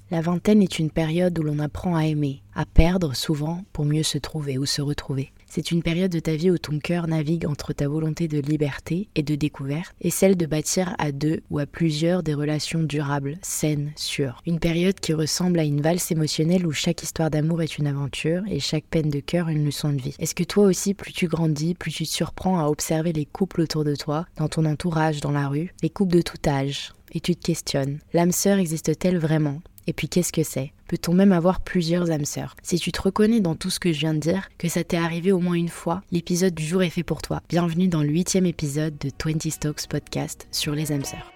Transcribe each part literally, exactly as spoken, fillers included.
La vingtaine est une période où l'on apprend à aimer, à perdre souvent pour mieux se trouver ou se retrouver. C'est une période de ta vie où ton cœur navigue entre ta volonté de liberté et de découverte et celle de bâtir à deux ou à plusieurs des relations durables, saines, sûres. Une période qui ressemble à une valse émotionnelle où chaque histoire d'amour est une aventure et chaque peine de cœur une leçon de vie. Est-ce que toi aussi, plus tu grandis, plus tu te surprends à observer les couples autour de toi, dans ton entourage, dans la rue, les couples de tout âge, et tu te questionnes, l'âme sœur existe-t-elle vraiment ? Et puis qu'est-ce que c'est ? Peut-on même avoir plusieurs âmes sœurs ? Si tu te reconnais dans tout ce que je viens de dire, que ça t'est arrivé au moins une fois, l'épisode du jour est fait pour toi. Bienvenue dans le huitième épisode de vingt Stocks Podcast sur les âmes sœurs.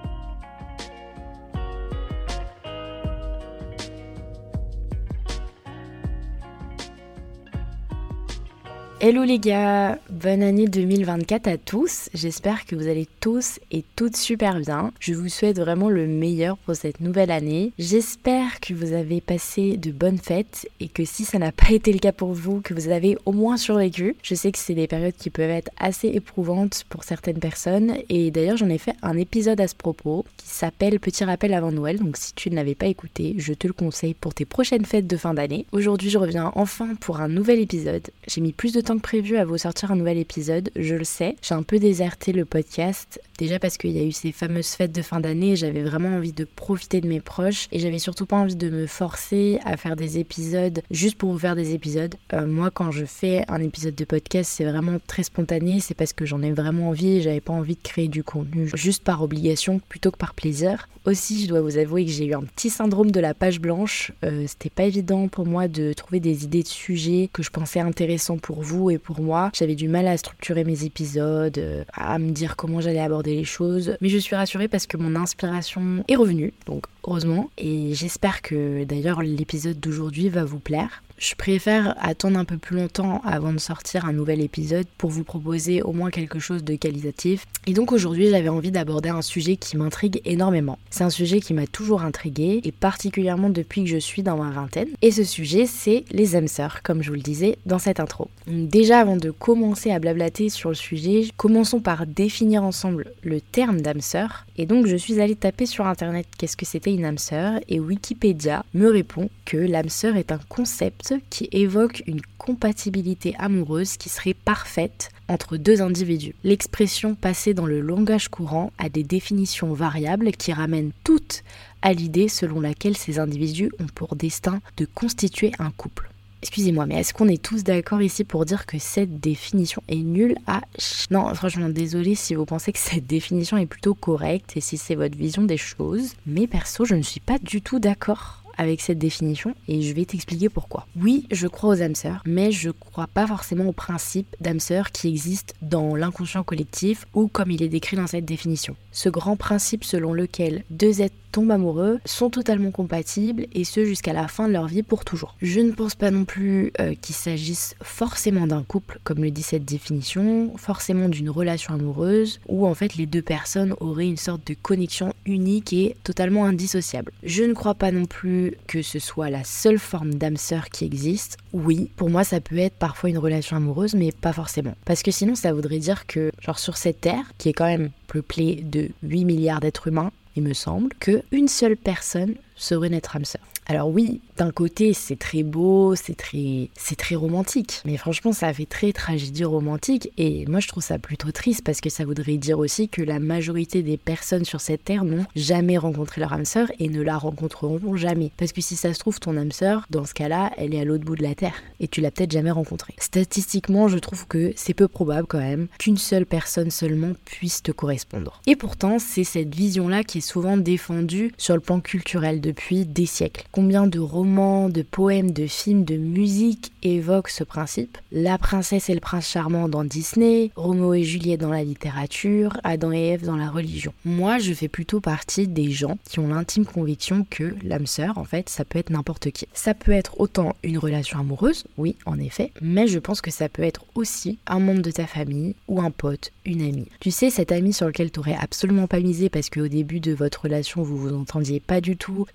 Hello les gars, bonne année deux mille vingt-quatre à tous, j'espère que vous allez tous et toutes super bien. Je vous souhaite vraiment le meilleur pour cette nouvelle année. J'espère que vous avez passé de bonnes fêtes et que si ça n'a pas été le cas pour vous, que vous avez au moins survécu. Je sais que c'est des périodes qui peuvent être assez éprouvantes pour certaines personnes et d'ailleurs j'en ai fait un épisode à ce propos qui s'appelle Petit rappel avant Noël, donc si tu ne l'avais pas écouté, je te le conseille pour tes prochaines fêtes de fin d'année. Aujourd'hui je reviens enfin pour un nouvel épisode. J'ai mis plus de temps que prévu à vous sortir un nouvel épisode, je le sais. J'ai un peu déserté le podcast, déjà parce qu'il y a eu ces fameuses fêtes de fin d'année, j'avais vraiment envie de profiter de mes proches et j'avais surtout pas envie de me forcer à faire des épisodes juste pour vous faire des épisodes. Euh, moi quand je fais un épisode de podcast, c'est vraiment très spontané, c'est parce que j'en ai vraiment envie et j'avais pas envie de créer du contenu juste par obligation plutôt que par plaisir. Aussi, je dois vous avouer que j'ai eu un petit syndrome de la page blanche, euh, c'était pas évident pour moi de trouver des idées de sujets que je pensais intéressants pour vous et pour moi. J'avais du mal à structurer mes épisodes, euh, à me dire comment j'allais aborder les choses, mais je suis rassurée parce que mon inspiration est revenue, donc heureusement, et j'espère que d'ailleurs l'épisode d'aujourd'hui va vous plaire. Je préfère attendre un peu plus longtemps avant de sortir un nouvel épisode pour vous proposer au moins quelque chose de qualitatif. Et donc aujourd'hui, j'avais envie d'aborder un sujet qui m'intrigue énormément. C'est un sujet qui m'a toujours intriguée et particulièrement depuis que je suis dans ma vingtaine. Et ce sujet, c'est les âmes sœurs, comme je vous le disais dans cette intro. Donc déjà, avant de commencer à blablater sur le sujet, commençons par définir ensemble le terme d'âme sœur. Et donc, je suis allée taper sur internet qu'est-ce que c'était une âme sœur et Wikipédia me répond que l'âme sœur est un concept qui évoque une compatibilité amoureuse qui serait parfaite entre deux individus. L'expression passée dans le langage courant a des définitions variables qui ramènent toutes à l'idée selon laquelle ces individus ont pour destin de constituer un couple. Excusez-moi, mais est-ce qu'on est tous d'accord ici pour dire que cette définition est nulle à ch... Non, franchement, désolée si vous pensez que cette définition est plutôt correcte et si c'est votre vision des choses, mais perso, je ne suis pas du tout d'accord avec cette définition et je vais t'expliquer pourquoi. Oui, je crois aux âmes sœurs, mais je crois pas forcément au principe d'âme sœur qui existe dans l'inconscient collectif ou comme il est décrit dans cette définition. Ce grand principe selon lequel deux êtres tombent amoureux sont totalement compatibles et ce jusqu'à la fin de leur vie pour toujours. Je ne pense pas non plus euh, qu'il s'agisse forcément d'un couple comme le dit cette définition, forcément d'une relation amoureuse où en fait les deux personnes auraient une sorte de connexion unique et totalement indissociable. Je ne crois pas non plus que ce soit la seule forme d'âme sœur qui existe. Oui, pour moi ça peut être parfois une relation amoureuse mais pas forcément. Parce que sinon ça voudrait dire que genre sur cette terre qui est quand même peuplée de huit milliards d'êtres humains, il me semble, qu'une seule personne serait notre âme sœur. Alors oui, d'un côté c'est très beau, c'est très, c'est très romantique, mais franchement ça fait très tragédie romantique et moi je trouve ça plutôt triste parce que ça voudrait dire aussi que la majorité des personnes sur cette terre n'ont jamais rencontré leur âme sœur et ne la rencontreront jamais. Parce que si ça se trouve ton âme sœur, dans ce cas-là, elle est à l'autre bout de la terre et tu l'as peut-être jamais rencontrée. Statistiquement, je trouve que c'est peu probable quand même qu'une seule personne seulement puisse te correspondre. Et pourtant, c'est cette vision-là qui est souvent défendue sur le plan culturel depuis des siècles. Combien de romans, de poèmes, de films, de musique évoquent ce principe ? La princesse et le prince charmant dans Disney, Roméo et Juliette dans la littérature, Adam et Ève dans la religion. Moi, je fais plutôt partie des gens qui ont l'intime conviction que l'âme sœur, en fait, ça peut être n'importe qui. Ça peut être autant une relation amoureuse, oui, en effet, mais je pense que ça peut être aussi un membre de ta famille ou un pote, une amie. Tu sais, cet ami sur lequel t'aurais absolument pas misé parce qu'au début de votre relation, vous vous entendiez pas du tout,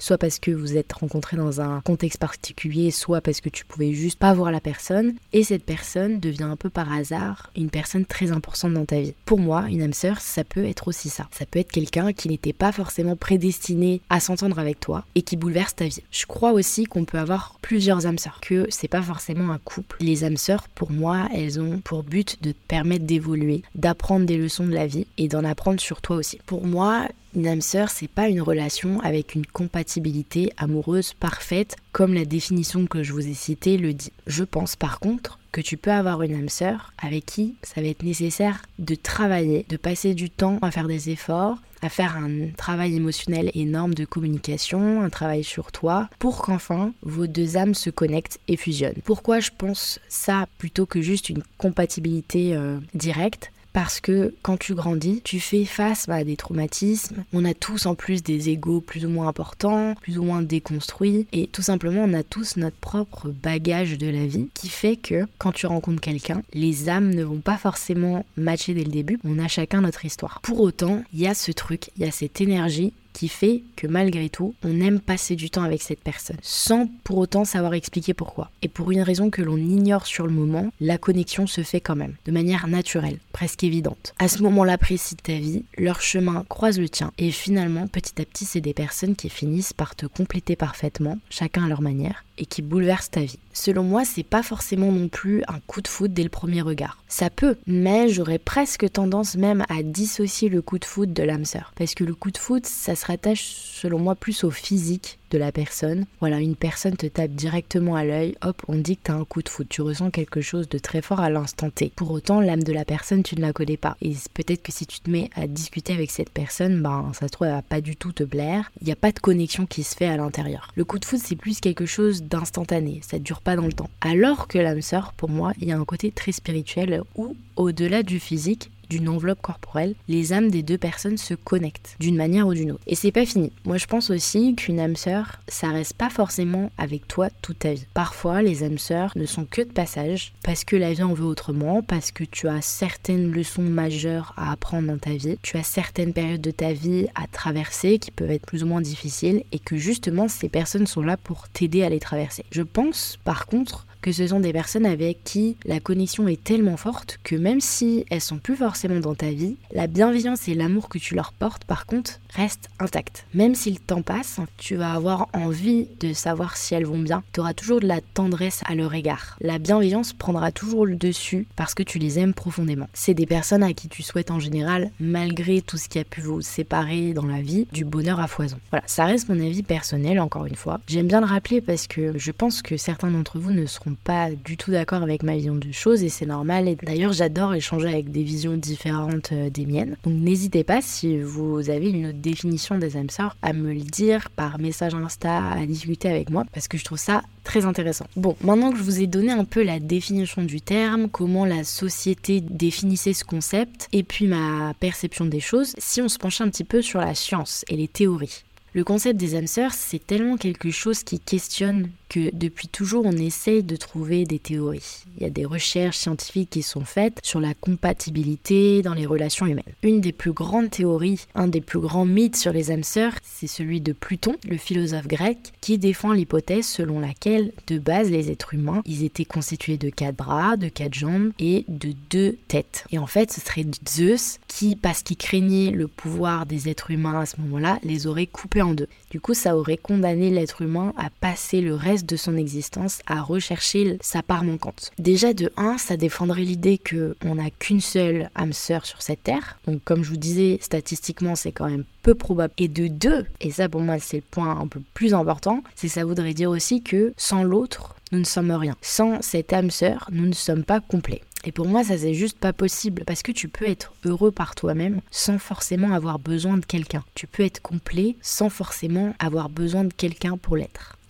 soit parce que vous êtes rencontrés dans un contexte particulier, soit parce que tu pouvais juste pas voir la personne, et cette personne devient un peu par hasard une personne très importante dans ta vie. Pour moi, une âme sœur, ça peut être aussi ça. Ça peut être quelqu'un qui n'était pas forcément prédestiné à s'entendre avec toi et qui bouleverse ta vie. Je crois aussi qu'on peut avoir plusieurs âmes sœurs, que c'est pas forcément un couple. Les âmes sœurs, pour moi, elles ont pour but de te permettre d'évoluer, d'apprendre des leçons de la vie et d'en apprendre sur toi aussi. Pour moi, une âme sœur, c'est pas une relation avec une compatibilité amoureuse parfaite, comme la définition que je vous ai citée le dit. Je pense par contre que tu peux avoir une âme sœur avec qui ça va être nécessaire de travailler, de passer du temps à faire des efforts, à faire un travail émotionnel énorme de communication, un travail sur toi, pour qu'enfin vos deux âmes se connectent et fusionnent. Pourquoi je pense ça plutôt que juste une compatibilité euh, directe ? Parce que quand tu grandis, tu fais face à des traumatismes. On a tous en plus des égos plus ou moins importants, plus ou moins déconstruits. Et tout simplement, on a tous notre propre bagage de la vie qui fait que quand tu rencontres quelqu'un, les âmes ne vont pas forcément matcher dès le début. On a chacun notre histoire. Pour autant, il y a ce truc, il y a cette énergie qui fait que malgré tout, on aime passer du temps avec cette personne, sans pour autant savoir expliquer pourquoi. Et pour une raison que l'on ignore sur le moment, la connexion se fait quand même, de manière naturelle, presque évidente. À ce moment-là précis de ta vie, leur chemin croise le tien, et finalement, petit à petit, c'est des personnes qui finissent par te compléter parfaitement, chacun à leur manière, et qui bouleversent ta vie. Selon moi, c'est pas forcément non plus un coup de foudre dès le premier regard. Ça peut, mais j'aurais presque tendance même à dissocier le coup de foudre de l'âme sœur. Parce que le coup de foudre, ça se rattache selon moi plus au physique de la personne. Voilà, une personne te tape directement à l'œil, hop, on dit que t'as un coup de foudre. Tu ressens quelque chose de très fort à l'instant T. Pour autant, l'âme de la personne, tu ne la connais pas. Et peut-être que si tu te mets à discuter avec cette personne, ben ça se trouve, elle va pas du tout te plaire. Il n'y a pas de connexion qui se fait à l'intérieur. Le coup de foudre, c'est plus quelque chose d'instantané. Ça dure pas dans le temps. Alors que l'âme sœur, pour moi, il y a un côté très spirituel où, au-delà du physique, d'une enveloppe corporelle, les âmes des deux personnes se connectent d'une manière ou d'une autre. Et c'est pas fini. Moi, je pense aussi qu'une âme sœur, ça reste pas forcément avec toi toute ta vie. Parfois, les âmes sœurs ne sont que de passage parce que la vie en veut autrement, parce que tu as certaines leçons majeures à apprendre dans ta vie, tu as certaines périodes de ta vie à traverser qui peuvent être plus ou moins difficiles et que justement, ces personnes sont là pour t'aider à les traverser. Je pense, par contre, que ce sont des personnes avec qui la connexion est tellement forte que même si elles sont plus forcément dans ta vie, la bienveillance et l'amour que tu leur portes, par contre, restent intacts. Même si le temps passe, tu vas avoir envie de savoir si elles vont bien. Tu auras toujours de la tendresse à leur égard. La bienveillance prendra toujours le dessus parce que tu les aimes profondément. C'est des personnes à qui tu souhaites en général, malgré tout ce qui a pu vous séparer dans la vie, du bonheur à foison. Voilà, ça reste mon avis personnel, encore une fois. J'aime bien le rappeler parce que je pense que certains d'entre vous ne seront pas du tout d'accord avec ma vision de choses et c'est normal. Et d'ailleurs, j'adore échanger avec des visions différentes des miennes. Donc n'hésitez pas, si vous avez une autre définition des âmes sœurs, à me le dire par message Insta, à discuter avec moi, parce que je trouve ça très intéressant. Bon, maintenant que je vous ai donné un peu la définition du terme, comment la société définissait ce concept, et puis ma perception des choses, si on se penchait un petit peu sur la science et les théories. Le concept des âmes sœurs, c'est tellement quelque chose qui questionne que depuis toujours on essaye de trouver des théories. Il y a des recherches scientifiques qui sont faites sur la compatibilité dans les relations humaines. Une des plus grandes théories, un des plus grands mythes sur les âmes sœurs, c'est celui de Pluton, le philosophe grec, qui défend l'hypothèse selon laquelle, de base, les êtres humains, ils étaient constitués de quatre bras, de quatre jambes et de deux têtes. Et en fait, ce serait Zeus qui, parce qu'il craignait le pouvoir des êtres humains à ce moment-là, les aurait coupés en deux. Du coup, ça aurait condamné l'être humain à passer le reste de son existence à rechercher sa part manquante. Déjà de un, ça défendrait l'idée qu'on n'a qu'une seule âme sœur sur cette terre. Donc comme je vous disais, statistiquement, c'est quand même peu probable. Et de deux, et ça pour moi c'est le point un peu plus important, c'est que ça voudrait dire aussi que sans l'autre, nous ne sommes rien. Sans cette âme sœur, nous ne sommes pas complets. Et pour moi, ça c'est juste pas possible parce que tu peux être heureux par toi-même sans forcément avoir besoin de quelqu'un. Tu peux être complet sans forcément avoir besoin de quelqu'un pour l'être.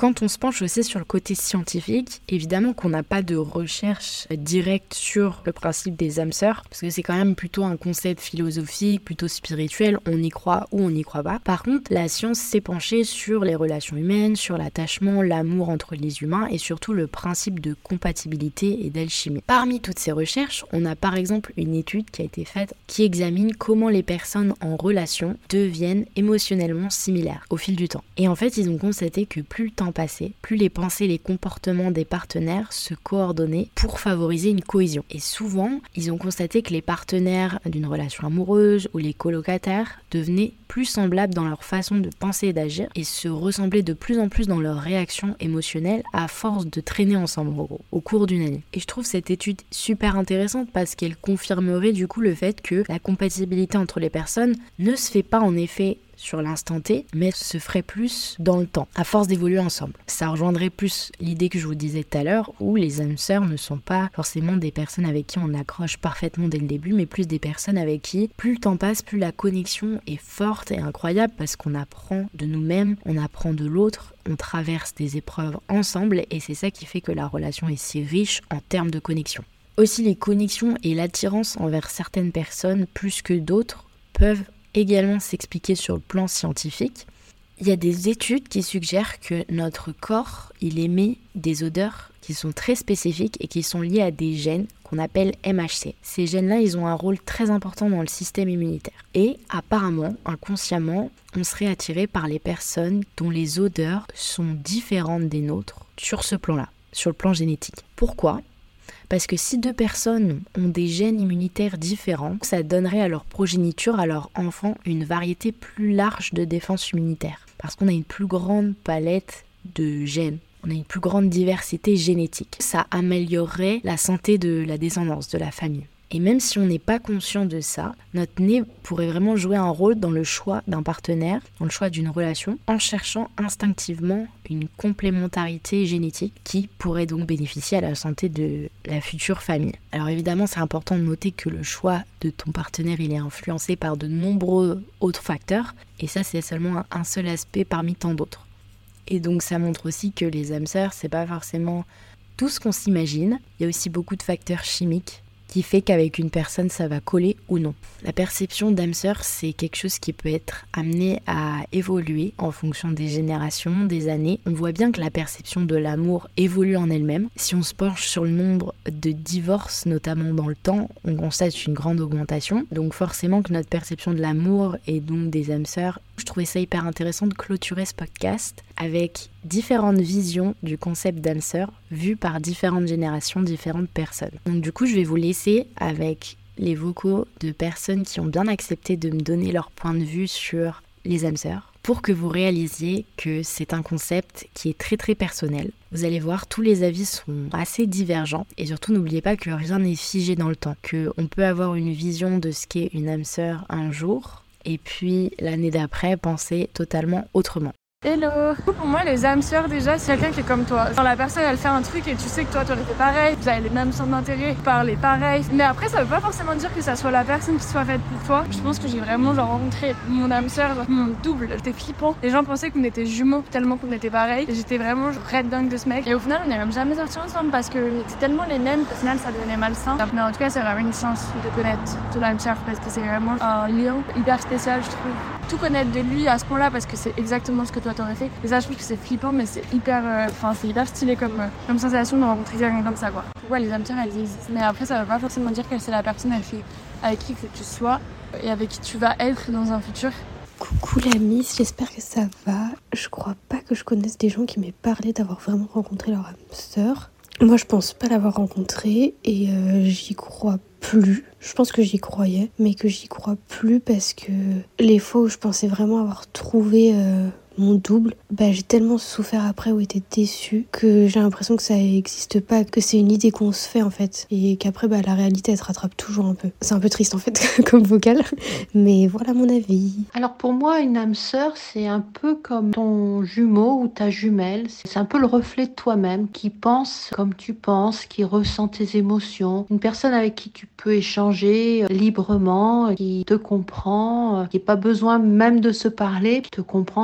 Quand on se penche aussi sur le côté scientifique, évidemment qu'on n'a pas de recherche directe sur le principe des âmes sœurs, parce que c'est quand même plutôt un concept philosophique, plutôt spirituel, on y croit ou on n'y croit pas. Par contre, la science s'est penchée sur les relations humaines, sur l'attachement, l'amour entre les humains et surtout le principe de compatibilité et d'alchimie. Parmi toutes ces recherches, on a par exemple une étude qui a été faite qui examine comment les personnes en relation deviennent émotionnellement similaires au fil du temps. Et en fait, ils ont constaté que plus le temps passait, plus les pensées et les comportements des partenaires se coordonnaient pour favoriser une cohésion. Et souvent, ils ont constaté que les partenaires d'une relation amoureuse ou les colocataires devenaient plus semblables dans leur façon de penser et d'agir et se ressemblaient de plus en plus dans leurs réactions émotionnelles à force de traîner ensemble au, au cours d'une année. Et je trouve cette étude super intéressante parce qu'elle confirmerait du coup le fait que la compatibilité entre les personnes ne se fait pas en effet sur l'instant T, mais se ferait plus dans le temps, à force d'évoluer ensemble. Ça rejoindrait plus l'idée que je vous disais tout à l'heure, où les âmes sœurs ne sont pas forcément des personnes avec qui on accroche parfaitement dès le début, mais plus des personnes avec qui, plus le temps passe, plus la connexion est forte et incroyable, parce qu'on apprend de nous-mêmes, on apprend de l'autre, on traverse des épreuves ensemble, et c'est ça qui fait que la relation est si riche en termes de connexion. Aussi, les connexions et l'attirance envers certaines personnes, plus que d'autres, peuvent également s'expliquer sur le plan scientifique. Il y a des études qui suggèrent que notre corps, il émet des odeurs qui sont très spécifiques et qui sont liées à des gènes qu'on appelle M H C. Ces gènes-là, ils ont un rôle très important dans le système immunitaire. Et apparemment, inconsciemment, on serait attiré par les personnes dont les odeurs sont différentes des nôtres sur ce plan-là, sur le plan génétique. Pourquoi ? Parce que si deux personnes ont des gènes immunitaires différents, ça donnerait à leur progéniture, à leur enfant, une variété plus large de défense immunitaire. Parce qu'on a une plus grande palette de gènes. On a une plus grande diversité génétique. Ça améliorerait la santé de la descendance, de la famille. Et même si on n'est pas conscient de ça, notre nez pourrait vraiment jouer un rôle dans le choix d'un partenaire, dans le choix d'une relation, en cherchant instinctivement une complémentarité génétique qui pourrait donc bénéficier à la santé de la future famille. Alors évidemment, c'est important de noter que le choix de ton partenaire, il est influencé par de nombreux autres facteurs, et ça, c'est seulement un seul aspect parmi tant d'autres. Et donc ça montre aussi que les âmes sœurs, c'est pas forcément tout ce qu'on s'imagine. Il y a aussi beaucoup de facteurs chimiques qui fait qu'avec une personne, ça va coller ou non. La perception d'âme sœur, c'est quelque chose qui peut être amené à évoluer en fonction des générations, des années. On voit bien que la perception de l'amour évolue en elle-même. Si on se penche sur le nombre de divorces, notamment dans le temps, on constate une grande augmentation. Donc forcément que notre perception de l'amour et donc des âmes sœurs, je trouvais ça hyper intéressant de clôturer ce podcast avec différentes visions du concept d'âme sœur vues par différentes générations, différentes personnes. Donc du coup, je vais vous laisser avec les vocaux de personnes qui ont bien accepté de me donner leur point de vue sur les âmes sœurs pour que vous réalisiez que c'est un concept qui est très très personnel. Vous allez voir, tous les avis sont assez divergents et surtout n'oubliez pas que rien n'est figé dans le temps, qu'on peut avoir une vision de ce qu'est une âme sœur un jour et puis l'année d'après penser totalement autrement. Hello. Pour moi, les âmes sœurs, déjà, c'est quelqu'un qui est comme toi. Genre, la personne, elle fait un truc et tu sais que toi, tu aurais fait pareil. Vous avez les mêmes centres d'intérêt, vous parlez pareil. Mais après, ça veut pas forcément dire que ça soit la personne qui soit faite pour toi. Je pense que j'ai vraiment genre rencontré mon âme sœur, genre, mon double. C'était flippant. Les gens pensaient qu'on était jumeaux tellement qu'on était pareil. Et j'étais vraiment genre red dingue de ce mec. Et au final, on n'est même jamais sortis ensemble parce que c'est tellement les mêmes qu'au final, ça devenait malsain. Mais en tout cas, c'est vraiment une chance de connaître ton âme sœur parce que c'est vraiment un lien hyper spécial, je trouve. Tout connaître de lui à ce point-là parce que c'est exactement ce que toi t'aurais fait. Et ça, je trouve que c'est flippant, mais c'est hyper, enfin, euh, c'est hyper stylé comme, euh, comme sensation de rencontrer quelqu'un comme ça, quoi. Ouais, les âmes sœurs, elles existent. Mais après, ça veut pas forcément dire que c'est la personne avec qui, avec qui que tu sois et avec qui tu vas être dans un futur. Coucou la Miss, j'espère que ça va. Je crois pas que je connaisse des gens qui m'aient parlé d'avoir vraiment rencontré leur âme sœur. Moi, je pense pas l'avoir rencontré et euh, j'y crois plus. Je pense que j'y croyais, mais que j'y crois plus parce que les fois où je pensais vraiment avoir trouvé euh, mon double, bah, j'ai tellement souffert après ou été déçue que j'ai l'impression que ça n'existe pas, que c'est une idée qu'on se fait en fait et qu'après bah, la réalité elle se rattrape toujours un peu. C'est un peu triste en fait comme vocal, mais voilà mon avis. Alors pour moi, une âme sœur, c'est un peu comme ton jumeau ou ta jumelle. C'est un peu le reflet de toi-même qui pense comme tu penses, qui ressent tes émotions. Une personne avec qui tu peux échanger librement, qui te comprend, qui n'a pas besoin même de se parler, qui te comprend d'un simple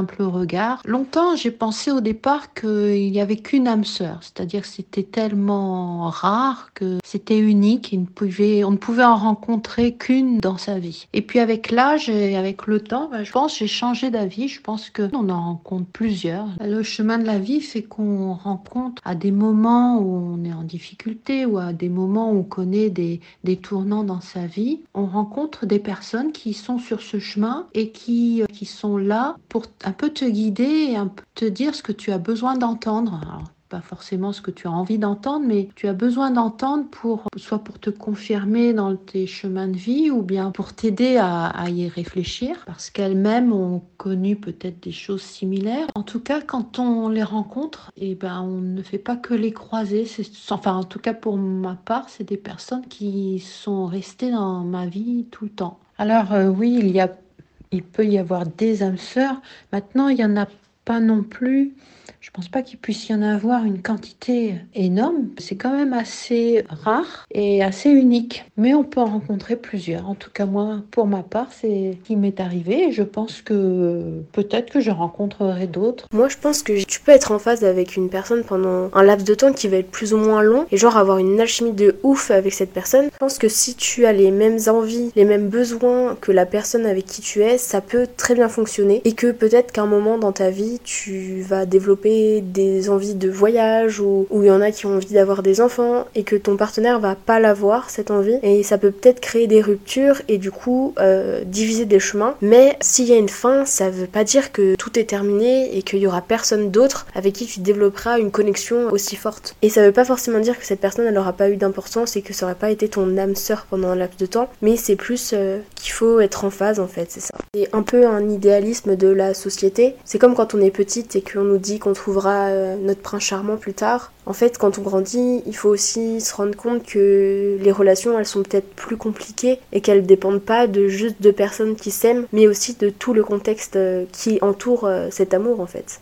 simple regard. Longtemps, j'ai pensé au départ qu'il n'y avait qu'une âme sœur, c'est-à-dire que c'était tellement rare que c'était unique, et ne pouvait, on ne pouvait en rencontrer qu'une dans sa vie. Et puis avec l'âge et avec le temps, ben, je pense que j'ai changé d'avis. Je pense qu'on en rencontre plusieurs. Le chemin de la vie fait qu'on rencontre à des moments où on est en difficulté ou à des moments où on connaît des, des tournants dans sa vie. On rencontre des personnes qui sont sur ce chemin et qui, qui sont là pour un peu te guider et un peu te dire ce que tu as besoin d'entendre. Alors, pas forcément ce que tu as envie d'entendre, mais tu as besoin d'entendre pour, soit pour te confirmer dans tes chemins de vie ou bien pour t'aider à, à y réfléchir parce qu'elles-mêmes ont connu peut-être des choses similaires. En tout cas, quand on les rencontre, eh ben, on ne fait pas que les croiser. C'est, enfin, en tout cas, pour ma part, c'est des personnes qui sont restées dans ma vie tout le temps. Alors, euh, oui, il y a, il peut y avoir des âmes sœurs. Maintenant, il n'y en a pas non plus. Je pense pas qu'il puisse y en avoir une quantité énorme. C'est quand même assez rare et assez unique. Mais on peut en rencontrer plusieurs. En tout cas, moi, pour ma part, c'est ce qui m'est arrivé. Et je pense que peut-être que je rencontrerai d'autres. Moi, je pense que tu peux être en phase avec une personne pendant un laps de temps qui va être plus ou moins long et genre avoir une alchimie de ouf avec cette personne. Je pense que si tu as les mêmes envies, les mêmes besoins que la personne avec qui tu es, ça peut très bien fonctionner. Et que peut-être qu'à un moment dans ta vie, tu vas développer des envies de voyage ou il y en a qui ont envie d'avoir des enfants et que ton partenaire va pas l'avoir cette envie et ça peut peut-être créer des ruptures et du coup euh, diviser des chemins. Mais s'il y a une fin, ça veut pas dire que tout est terminé et qu'il y aura personne d'autre avec qui tu développeras une connexion aussi forte. Et ça veut pas forcément dire que cette personne elle aura pas eu d'importance et que ça aurait pas été ton âme sœur pendant un laps de temps, mais c'est plus euh, qu'il faut être en phase en fait, c'est ça. C'est un peu un idéalisme de la société. C'est comme quand on est petite et qu'on nous dit qu'on trouvera euh, notre prince charmant plus tard. En fait, quand on grandit, il faut aussi se rendre compte que les relations, elles sont peut-être plus compliquées et qu'elles dépendent pas de juste deux personnes qui s'aiment, mais aussi de tout le contexte euh, qui entoure euh, cet amour en fait.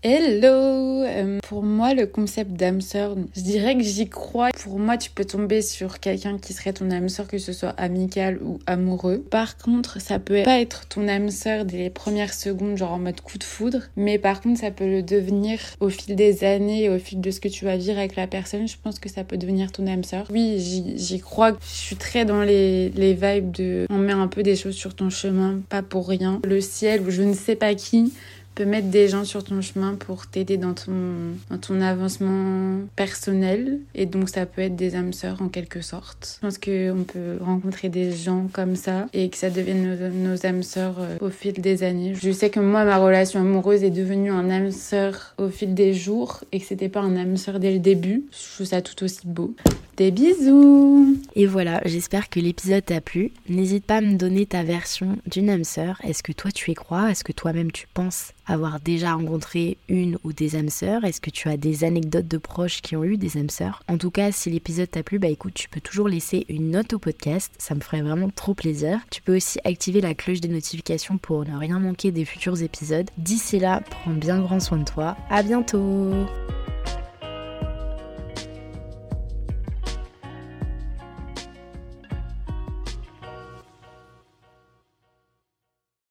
Hello euh, Pour moi, le concept d'âme sœur, je dirais que j'y crois. Pour moi, tu peux tomber sur quelqu'un qui serait ton âme sœur, que ce soit amical ou amoureux. Par contre, ça peut pas être ton âme sœur dès les premières secondes, genre en mode coup de foudre. Mais par contre, ça peut le devenir au fil des années, au fil de ce que tu vas vivre avec la personne. Je pense que ça peut devenir ton âme sœur. Oui, j'y, j'y crois. Je suis très dans les, les vibes de... On met un peu des choses sur ton chemin, pas pour rien. Le ciel ou je ne sais pas qui... peut mettre des gens sur ton chemin pour t'aider dans ton, dans ton avancement personnel. Et donc, ça peut être des âmes sœurs en quelque sorte. Je pense qu'on peut rencontrer des gens comme ça et que ça devienne nos, nos âmes sœurs au fil des années. Je sais que moi, ma relation amoureuse est devenue un âme sœur au fil des jours et que c'était pas un âme sœur dès le début. Je trouve ça tout aussi beau. Des bisous! Et voilà, j'espère que l'épisode t'a plu. N'hésite pas à me donner ta version d'une âme sœur. Est-ce que toi, tu y crois? Est-ce que toi-même, tu penses avoir déjà rencontré une ou des âmes sœurs? Est-ce que tu as des anecdotes de proches qui ont eu des âmes sœurs? En tout cas, si l'épisode t'a plu, bah écoute, tu peux toujours laisser une note au podcast, ça me ferait vraiment trop plaisir. Tu peux aussi activer la cloche des notifications pour ne rien manquer des futurs épisodes. D'ici là, prends bien grand soin de toi. À bientôt!